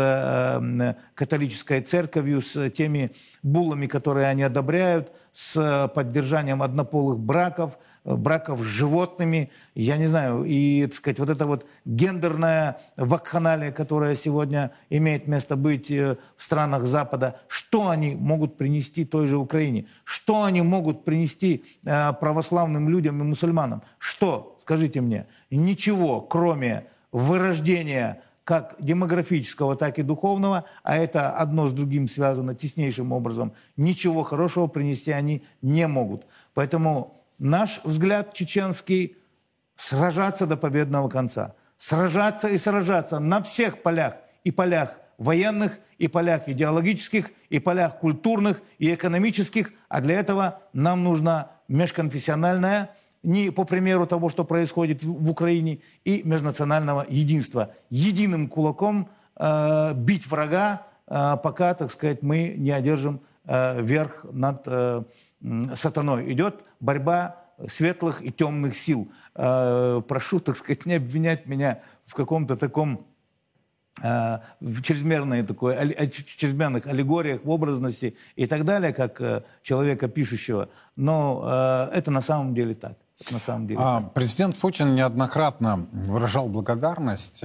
с католической церковью, с теми буллами, которые они одобряют, с поддержанием однополых браков, браков с животными, я не знаю, и, так сказать, вот это вот гендерная вакханалия, которая сегодня имеет место быть в странах Запада, что они могут принести той же Украине? Что они могут принести православным людям и мусульманам? Что? Скажите мне. Ничего, кроме вырождения как демографического, так и духовного, а это одно с другим связано теснейшим образом, ничего хорошего принести они не могут. Поэтому наш взгляд чеченский – сражаться до победного конца. Сражаться и сражаться на всех полях. И полях военных, и полях идеологических, и полях культурных, и экономических. А для этого нам нужно межконфессиональное, не по примеру того, что происходит в Украине, и межнационального единства. Единым кулаком бить врага, пока, так сказать, мы не одержим верх над сатаной. Идет борьба светлых и темных сил. Прошу, так сказать, не обвинять меня в каком-то таком чрезмерных аллегориях, в образности и так далее, как человека пишущего. Но это на самом деле так. На самом деле. Президент Путин неоднократно выражал благодарность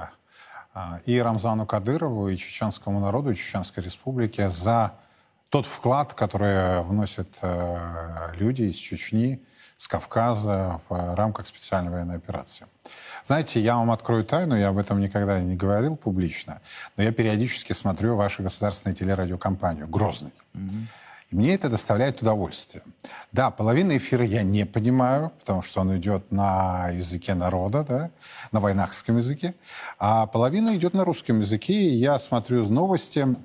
и Рамзану Кадырову, и чеченскому народу, и Чеченской Республике за тот вклад, который вносят люди из Чечни, с Кавказа в рамках специальной военной операции. Знаете, я вам открою тайну, я об этом никогда не говорил публично, но я периодически смотрю вашу государственную телерадиокомпанию «Грозный». И мне это доставляет удовольствие. Да, половину эфира я не понимаю, потому что он идет на языке народа, да, на войнахском языке, а половина идет на русском языке, и я смотрю новости. И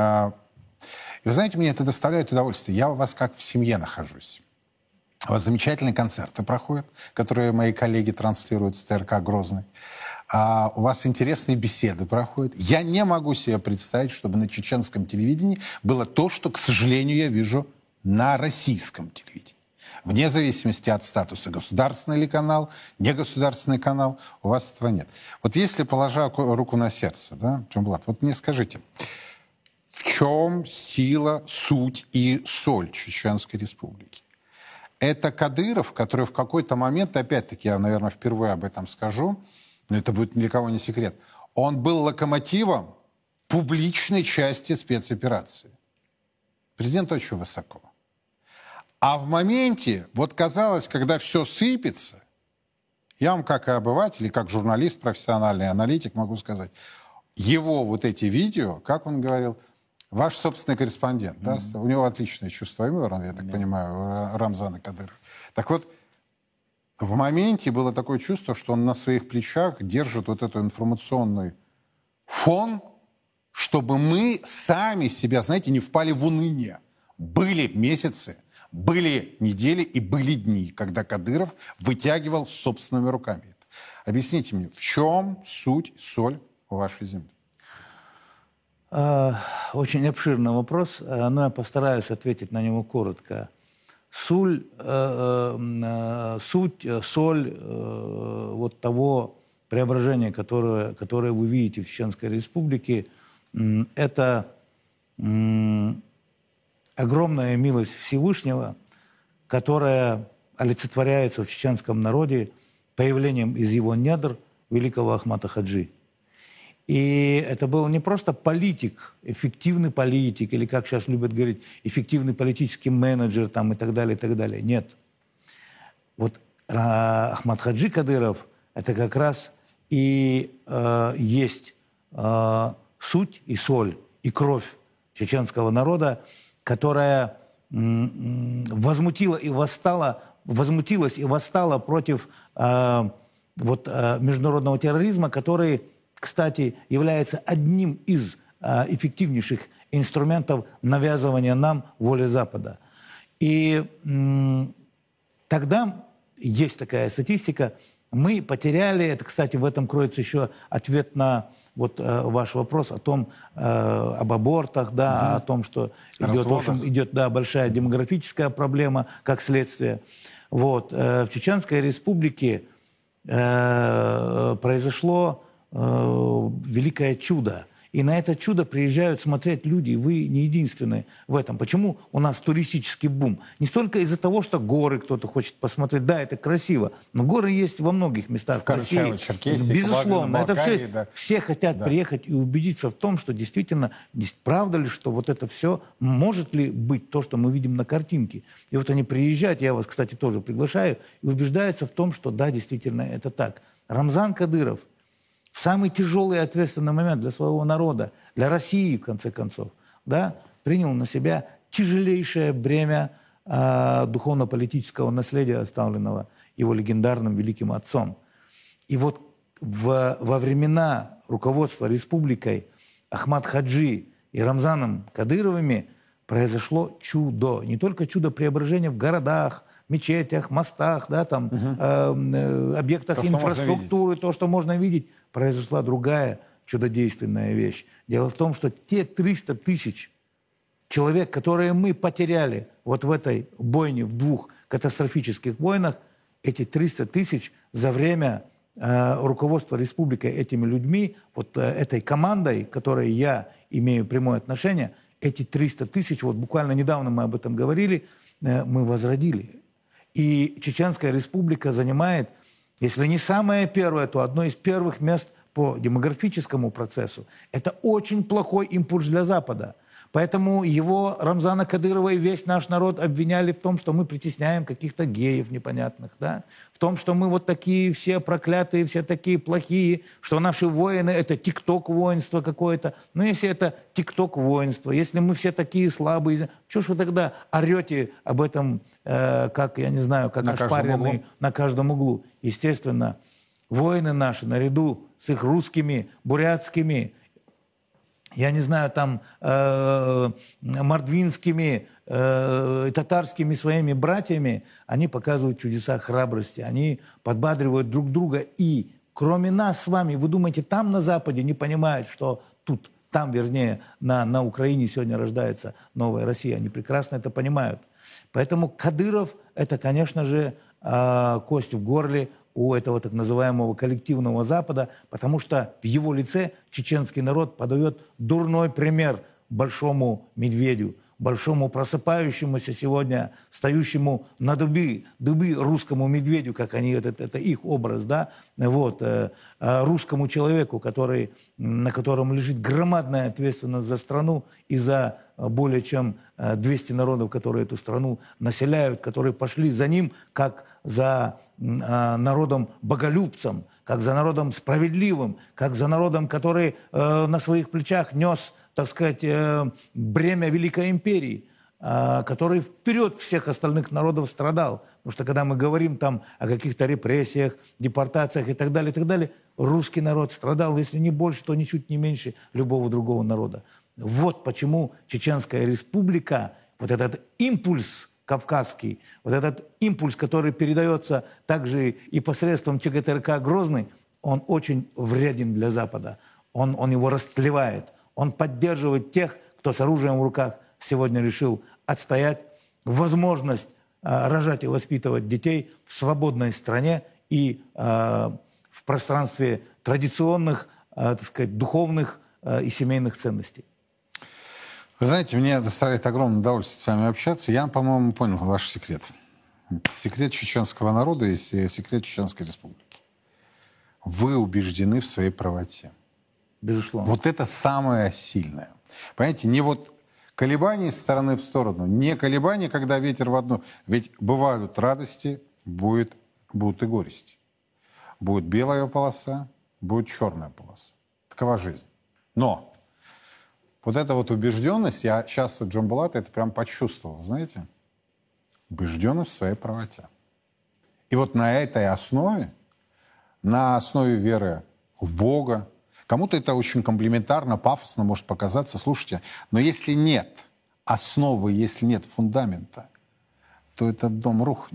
вы знаете, мне это доставляет удовольствие. Я у вас как в семье нахожусь. У вас замечательные концерты проходят, которые мои коллеги транслируют с ТРК «Грозный». У вас интересные беседы проходят. Я не могу себе представить, чтобы на чеченском телевидении было то, что, к сожалению, я вижу на российском телевидении. Вне зависимости от статуса, государственный ли канал, негосударственный канал, у вас этого нет. Вот если, положа руку на сердце, да, Джамбулат, вот мне скажите, в чем сила, суть и соль Чеченской Республики? Это Кадыров, который в какой-то момент, опять-таки, я, наверное, впервые об этом скажу, но это будет ни для кого не секрет, он был локомотивом публичной части спецоперации. Президент очень высоко. А в моменте, вот казалось, когда все сыпется, я вам как и обыватель, и как журналист, профессиональный аналитик могу сказать, его вот эти видео, как он говорил, ваш собственный корреспондент, да? У него отличное чувство юмора, я так понимаю, Рамзана Кадырова. Так вот, в моменте было такое чувство, что он на своих плечах держит вот этот информационный фон, чтобы мы сами себя, знаете, не впали в уныние. Были месяцы, были недели и были дни, когда Кадыров вытягивал собственными руками это. Объясните мне, в чем суть, соль вашей земли? Очень обширный вопрос, но я постараюсь ответить на него коротко. Суть, соль вот того преображения, которое вы видите в Чеченской Республике, это огромная милость Всевышнего, которая олицетворяется в чеченском народе появлением из его недр великого Ахмата Хаджи. И это был не просто политик, эффективный политик, или, как сейчас любят говорить, эффективный политический менеджер там, и так далее, и так далее. Нет. Вот Ахмат Хаджи Кадыров – это как раз и есть суть и соль, и кровь чеченского народа, которая возмутилась и восстала против международного терроризма, который, кстати, является одним из эффективнейших инструментов навязывания нам воли Запада. И тогда есть такая статистика, мы потеряли, это, кстати, в этом кроется еще ответ на вот ваш вопрос о том, об абортах, да, о том, что идет, в общем, идет, да, большая демографическая проблема как следствие. Вот. В Чеченской Республике произошло великое чудо. И на это чудо приезжают смотреть люди, и вы не единственные в этом. Почему у нас туристический бум? Не столько из-за того, что горы кто-то хочет посмотреть. Да, это красиво, но горы есть во многих местах в России. Безусловно, это все хотят приехать и убедиться в том, что действительно, правда ли, что вот это все, может ли быть то, что мы видим на картинке. И вот они приезжают, я вас, кстати, тоже приглашаю, и убеждаются в том, что да, действительно, это так. Рамзан Кадыров в самый тяжелый и ответственный момент для своего народа, для России, в конце концов, да, принял на себя тяжелейшее бремя духовно-политического наследия, оставленного его легендарным великим отцом. И вот во времена руководства республикой Ахмад Хаджи и Рамзаном Кадыровыми произошло чудо. Не только чудо преображения в городах, мечетях, мостах, да, там, объектах инфраструктуры, то, что можно видеть, произошла другая чудодейственная вещь. Дело в том, что те 300 тысяч человек, которые мы потеряли вот в этой бойне, в двух катастрофических войнах, эти 300 тысяч за время руководства республикой этими людьми, вот этой командой, к которой я имею прямое отношение, эти 300 тысяч, вот буквально недавно мы об этом говорили, мы возродили. И Чеченская Республика занимает, если не самое первое, то одно из первых мест по демографическому процессу. Это очень плохой импульс для Запада. Поэтому его, Рамзана Кадырова, и весь наш народ обвиняли в том, что мы притесняем каких-то геев непонятных, да? В том, что мы вот такие все проклятые, все такие плохие, что наши воины — это тикток-воинство какое-то. Но если это тикток-воинство, если мы все такие слабые, что ж вы тогда орете об этом, как, я не знаю, как ошпаренные на каждом углу? Естественно, воины наши, наряду с их русскими, бурятскими, я не знаю, там, мордвинскими, татарскими своими братьями, они показывают чудеса храбрости, они подбадривают друг друга. И кроме нас с вами, вы думаете, там на Западе не понимают, что тут, там, вернее, на Украине сегодня рождается новая Россия. Они прекрасно это понимают. Поэтому Кадыров – это, конечно же, кость в горле у этого так называемого коллективного Запада, потому что в его лице чеченский народ подает дурной пример большому медведю, большому просыпающемуся сегодня, стоящему на дыбы русскому медведю, как они, это их образ, да, вот, русскому человеку, на котором лежит громадная ответственность за страну и за более чем 200 народов, которые эту страну населяют, которые пошли за ним, как за народом-боголюбцем, как за народом справедливым, как за народом, который на своих плечах нес, так сказать, бремя Великой империи, который вперед всех остальных народов страдал. Потому что когда мы говорим там о каких-то репрессиях, депортациях и так далее, русский народ страдал, если не больше, то ничуть не меньше любого другого народа. Вот почему Чеченская Республика, вот этот импульс кавказский, вот этот импульс, который передается также и посредством ЧГТРК Грозный, он очень вреден для Запада. Он его растлевает. Он поддерживает тех, кто с оружием в руках сегодня решил отстоять возможность рожать и воспитывать детей в свободной стране и в пространстве традиционных, так сказать, духовных и семейных ценностей. Вы знаете, мне доставляет огромное удовольствие с вами общаться. Я, по-моему, понял ваш секрет. Секрет чеченского народа и секрет Чеченской Республики. Вы убеждены в своей правоте. Безусловно. Вот это самое сильное. Понимаете, не вот колебания с стороны в сторону, не колебания, когда ветер в одну. Ведь бывают радости, будут и горести. Будет белая полоса, будет черная полоса. Такова жизнь. Но вот эта вот убежденность, я сейчас у Джамбулата это прям почувствовал, знаете, убежденность в своей правоте. И вот на этой основе, на основе веры в Бога, Кому-то это очень комплиментарно, пафосно может показаться. Слушайте, но если нет основы, если нет фундамента, то этот дом рухнет.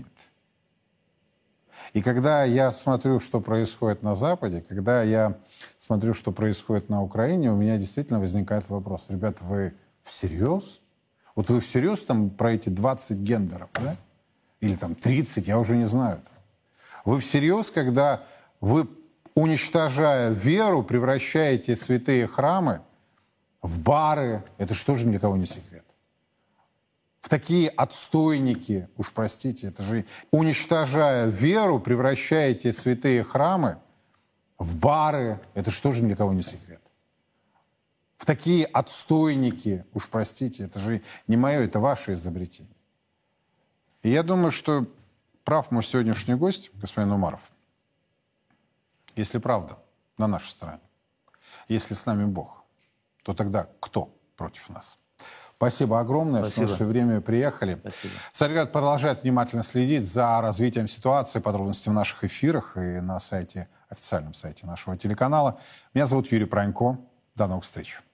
И когда я смотрю, что происходит на Западе, когда я смотрю, что происходит на Украине, у меня действительно возникает вопрос. Ребята, вы всерьез? Вот вы всерьез там про эти 20 гендеров, да? Или там 30, я уже не знаю. Вы всерьез, когда вы, уничтожая веру, превращаете святые храмы в бары, это что же ни для кого не секрет, в такие отстойники, уж простите, это же, уничтожая веру, превращаете святые храмы в бары, это что же ни для кого не секрет, в такие отстойники, уж простите, это же не мое, это ваше изобретение. И я думаю, что прав мой сегодняшний гость, господин Умаров. Если правда на нашей стороне, если с нами Бог, то тогда кто против нас? Спасибо огромное, что нашли время и приехали. Царьград продолжает внимательно следить за развитием ситуации, подробности в наших эфирах и на сайте, официальном сайте нашего телеканала. Меня зовут Юрий Пронько. До новых встреч.